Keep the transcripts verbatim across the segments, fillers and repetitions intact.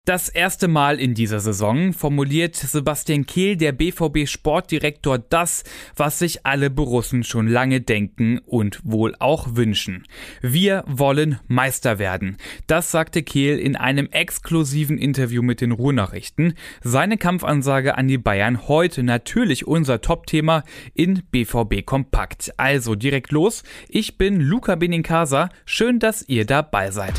Das erste Mal in dieser Saison formuliert Sebastian Kehl, der B V B-Sportdirektor, das, was sich alle Borussen schon lange denken und wohl auch wünschen. Wir wollen Meister werden. Das sagte Kehl in einem exklusiven Interview mit den Ruhrnachrichten. Seine Kampfansage an die Bayern heute natürlich unser Top-Thema in B V B Kompakt. Also direkt los. Ich bin Luca Benincasa. Schön, dass ihr dabei seid.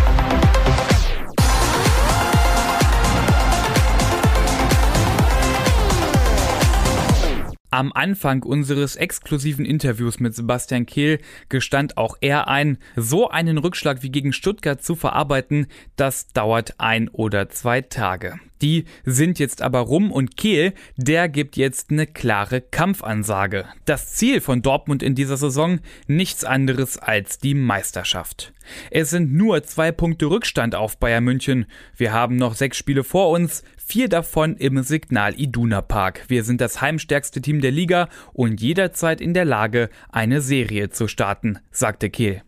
Am Anfang unseres exklusiven Interviews mit Sebastian Kehl gestand auch er ein, so einen Rückschlag wie gegen Stuttgart zu verarbeiten, das dauert ein oder zwei Tage. Die sind jetzt aber rum und Kehl, der gibt jetzt eine klare Kampfansage. Das Ziel von Dortmund in dieser Saison nichts anderes als die Meisterschaft. Es sind nur zwei Punkte Rückstand auf Bayern München. Wir haben noch sechs Spiele vor uns, vier davon im Signal Iduna Park. Wir sind das heimstärkste Team der Liga und jederzeit in der Lage, eine Serie zu starten, sagte Kehl.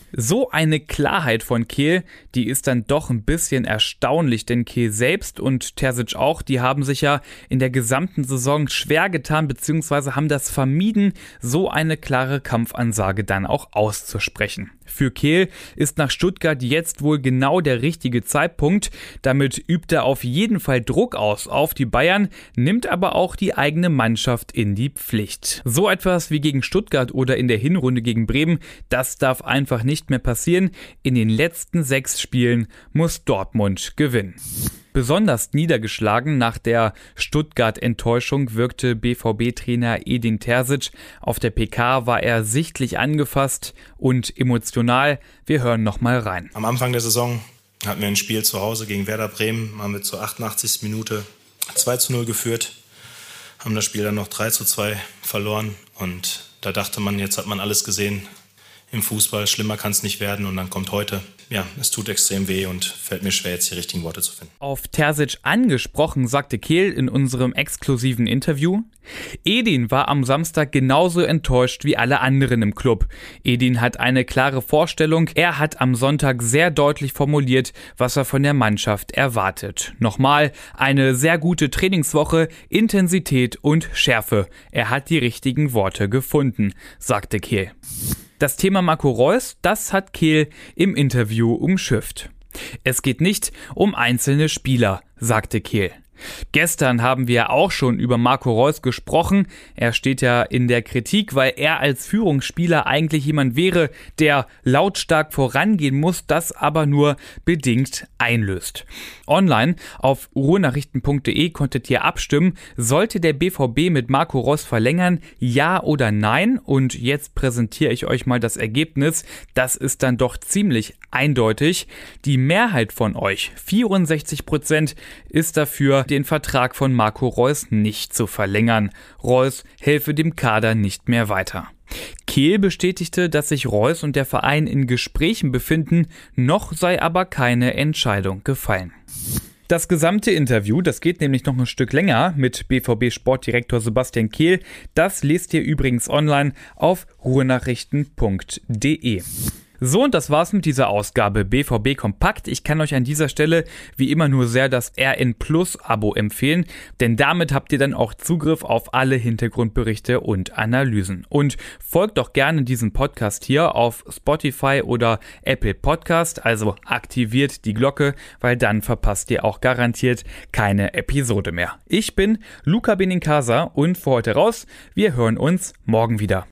So eine Klarheit von Kehl, die ist dann doch ein bisschen erstaunlich, denn Kehl selbst und Terzic auch, die haben sich ja in der gesamten Saison schwer getan, beziehungsweise haben das vermieden, so eine klare Kampfansage dann auch auszusprechen. Für Kehl ist nach Stuttgart jetzt wohl genau der richtige Zeitpunkt. Damit übt er auf jeden Fall Druck aus auf die Bayern, nimmt aber auch die eigene Mannschaft in die Pflicht. So etwas wie gegen Stuttgart oder in der Hinrunde gegen Bremen, das darf einfach nicht mehr passieren. In den letzten sechs Spielen muss Dortmund gewinnen. Besonders niedergeschlagen nach der Stuttgart-Enttäuschung wirkte B V B-Trainer Edin Terzic. Auf der P K war er sichtlich angefasst und emotional. Wir hören noch mal rein. Am Anfang der Saison hatten wir ein Spiel zu Hause gegen Werder Bremen, haben wir zur achtundachtzigsten Minute zwei zu null geführt, haben das Spiel dann noch drei zu zwei verloren und da dachte man, jetzt hat man alles gesehen im Fußball, schlimmer kann es nicht werden und dann kommt heute. Ja, es tut extrem weh und fällt mir schwer, jetzt die richtigen Worte zu finden. Auf Terzic angesprochen, sagte Kehl in unserem exklusiven Interview: Edin war am Samstag genauso enttäuscht wie alle anderen im Club. Edin hat eine klare Vorstellung. Er hat am Sonntag sehr deutlich formuliert, was er von der Mannschaft erwartet. Nochmal, eine sehr gute Trainingswoche, Intensität und Schärfe. Er hat die richtigen Worte gefunden, sagte Kehl. Das Thema Marco Reus, das hat Kehl im Interview umschifft. Es geht nicht um einzelne Spieler, sagte Kehl. Gestern haben wir auch schon über Marco Reus gesprochen. Er steht ja in der Kritik, weil er als Führungsspieler eigentlich jemand wäre, der lautstark vorangehen muss, das aber nur bedingt einlöst. Online auf ruhrnachrichten punkt de konntet ihr abstimmen, sollte der B V B mit Marco Reus verlängern, ja oder nein? Und jetzt präsentiere ich euch mal das Ergebnis. Das ist dann doch ziemlich eindeutig. Die Mehrheit von euch, vierundsechzig Prozent, ist dafür, den Vertrag von Marco Reus nicht zu verlängern. Reus helfe dem Kader nicht mehr weiter. Kehl bestätigte, dass sich Reus und der Verein in Gesprächen befinden, noch sei aber keine Entscheidung gefallen. Das gesamte Interview, das geht nämlich noch ein Stück länger mit B V B-Sportdirektor Sebastian Kehl, das lest ihr übrigens online auf ruhrnachrichten punkt de. So, und das war's mit dieser Ausgabe B V B Kompakt. Ich kann euch an dieser Stelle wie immer nur sehr das R N Plus Abo empfehlen, denn damit habt ihr dann auch Zugriff auf alle Hintergrundberichte und Analysen. Und folgt doch gerne diesem Podcast hier auf Spotify oder Apple Podcast, also aktiviert die Glocke, weil dann verpasst ihr auch garantiert keine Episode mehr. Ich bin Luca Benincasa und für heute raus. Wir hören uns morgen wieder.